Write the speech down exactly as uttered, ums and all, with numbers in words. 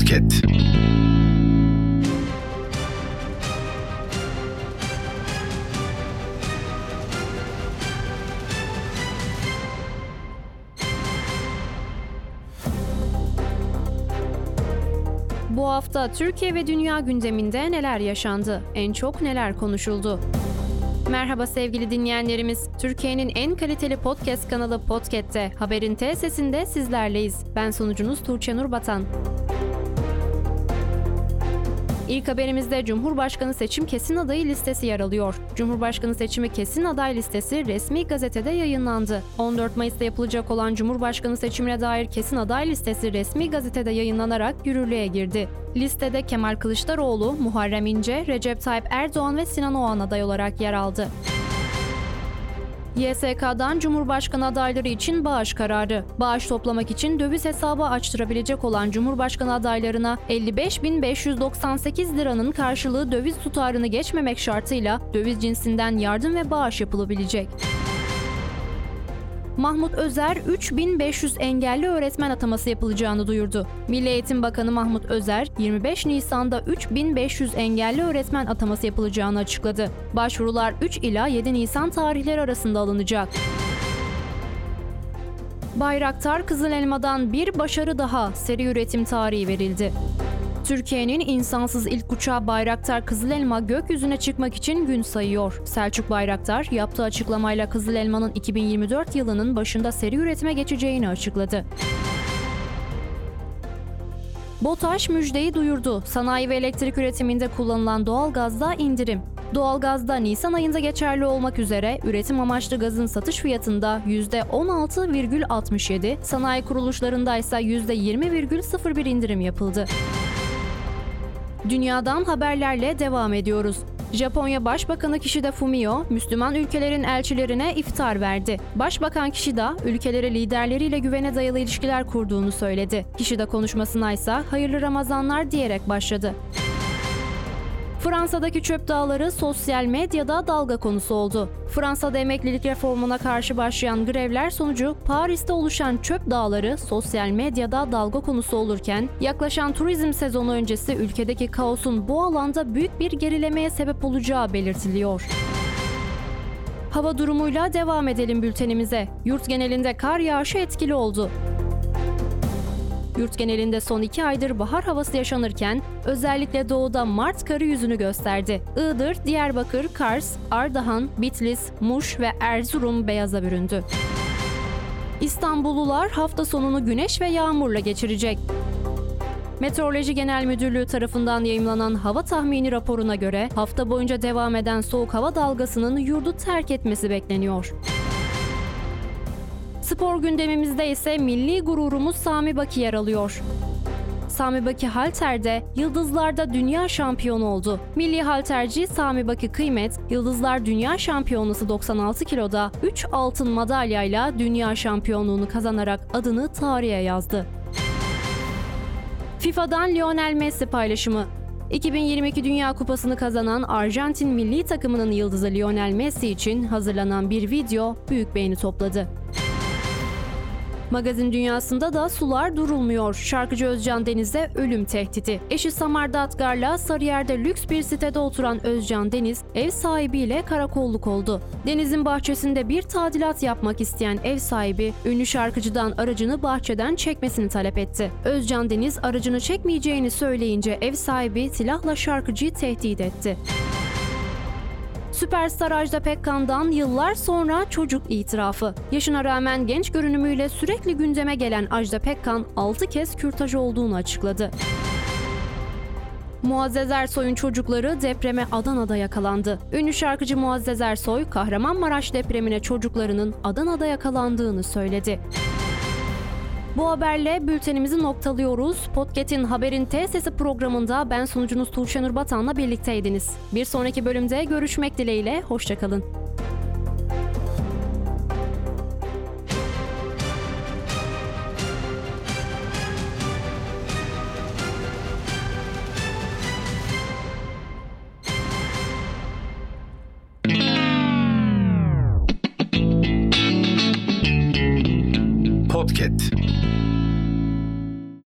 Podcast. Bu hafta Türkiye ve dünya gündeminde neler yaşandı? En çok neler konuşuldu? Merhaba sevgili dinleyenlerimiz. Türkiye'nin en kaliteli podcast kanalı Podcast'te Haberin T sesinde sizlerleyiz. Ben sunucunuz Tuğçe Nur Batan. İlk haberimizde Cumhurbaşkanı seçim kesin adayı listesi yer alıyor. Cumhurbaşkanı seçimi kesin aday listesi resmi gazetede yayınlandı. on dört Mayıs'ta yapılacak olan Cumhurbaşkanı seçimine dair kesin aday listesi resmi gazetede yayınlanarak yürürlüğe girdi. Listede Kemal Kılıçdaroğlu, Muharrem İnce, Recep Tayyip Erdoğan ve Sinan Oğan aday olarak yer aldı. Y S K'dan Cumhurbaşkanı adayları için bağış kararı. Bağış toplamak için döviz hesabı açtırabilecek olan Cumhurbaşkanı adaylarına elli beş bin beş yüz doksan sekiz liranın karşılığı döviz tutarını geçmemek şartıyla döviz cinsinden yardım ve bağış yapılabilecek. Mahmut Özer, üç bin beş yüz engelli öğretmen ataması yapılacağını duyurdu. Milli Eğitim Bakanı Mahmut Özer, yirmi beş Nisan'da üç bin beş yüz engelli öğretmen ataması yapılacağını açıkladı. Başvurular üç ila yedi Nisan tarihleri arasında alınacak. Bayraktar Kızıl Elma'dan bir başarı daha, seri üretim tarihi verildi. Türkiye'nin insansız ilk uçağı Bayraktar Kızıl Elma gökyüzüne çıkmak için gün sayıyor. Selçuk Bayraktar yaptığı açıklamayla Kızıl Elma'nın iki bin yirmi dört yılının başında seri üretime geçeceğini açıkladı. BOTAŞ müjdeyi duyurdu. Sanayi ve elektrik üretiminde kullanılan doğalgazda indirim. Doğalgazda Nisan ayında geçerli olmak üzere üretim amaçlı gazın satış fiyatında yüzde on altı virgül altmış yedi, sanayi kuruluşlarında ise yüzde yirmi virgül sıfır bir indirim yapıldı. Dünyadan haberlerle devam ediyoruz. Japonya Başbakanı Kishida Fumio, Müslüman ülkelerin elçilerine iftar verdi. Başbakan Kishida, ülkeleri liderleriyle güvene dayalı ilişkiler kurduğunu söyledi. Kishida konuşmasına ise hayırlı Ramazanlar diyerek başladı. Fransa'daki çöp dağları sosyal medyada dalga konusu oldu. Fransa'da emeklilik reformuna karşı başlayan grevler sonucu Paris'te oluşan çöp dağları sosyal medyada dalga konusu olurken, yaklaşan turizm sezonu öncesi ülkedeki kaosun bu alanda büyük bir gerilemeye sebep olacağı belirtiliyor. Hava durumuyla devam edelim bültenimize. Yurt genelinde kar yağışı etkili oldu. Yurt genelinde son iki aydır bahar havası yaşanırken özellikle doğuda Mart karı yüzünü gösterdi. Iğdır, Diyarbakır, Kars, Ardahan, Bitlis, Muş ve Erzurum beyaza büründü. İstanbullular hafta sonunu güneş ve yağmurla geçirecek. Meteoroloji Genel Müdürlüğü tarafından yayımlanan hava tahmini raporuna göre hafta boyunca devam eden soğuk hava dalgasının yurdu terk etmesi bekleniyor. Spor gündemimizde ise milli gururumuz Sami Baki yer alıyor. Sami Baki halterde, yıldızlarda dünya şampiyonu oldu. Milli halterci Sami Baki Kıymet, Yıldızlar Dünya Şampiyonası doksan altı kiloda üç altın madalyayla dünya şampiyonluğunu kazanarak adını tarihe yazdı. FIFA'dan Lionel Messi paylaşımı. iki bin yirmi iki Dünya Kupası'nı kazanan Arjantin milli takımının yıldızı Lionel Messi için hazırlanan bir video büyük beğeni topladı. Magazin dünyasında da sular durulmuyor. Şarkıcı Özcan Deniz'e ölüm tehdidi. Eşi Samar Datgar'la Sarıyer'de lüks bir sitede oturan Özcan Deniz, ev sahibiyle karakolluk oldu. Deniz'in bahçesinde bir tadilat yapmak isteyen ev sahibi, ünlü şarkıcıdan aracını bahçeden çekmesini talep etti. Özcan Deniz aracını çekmeyeceğini söyleyince ev sahibi silahla şarkıcıyı tehdit etti. Süperstar Ajda Pekkan'dan yıllar sonra çocuk itirafı. Yaşına rağmen genç görünümüyle sürekli gündeme gelen Ajda Pekkan altı kez kürtaj olduğunu açıkladı. Muazzez Ersoy'un çocukları depreme Adana'da yakalandı. Ünlü şarkıcı Muazzez Ersoy, Kahramanmaraş depremine çocuklarının Adana'da yakalandığını söyledi. Bu haberle bültenimizi noktalıyoruz. Podcast'in Haberin T Sesi programında ben sunucunuz Tuğçe Nur Batan'la birlikteydiniz. Bir sonraki bölümde görüşmek dileğiyle, hoşçakalın. Podcast.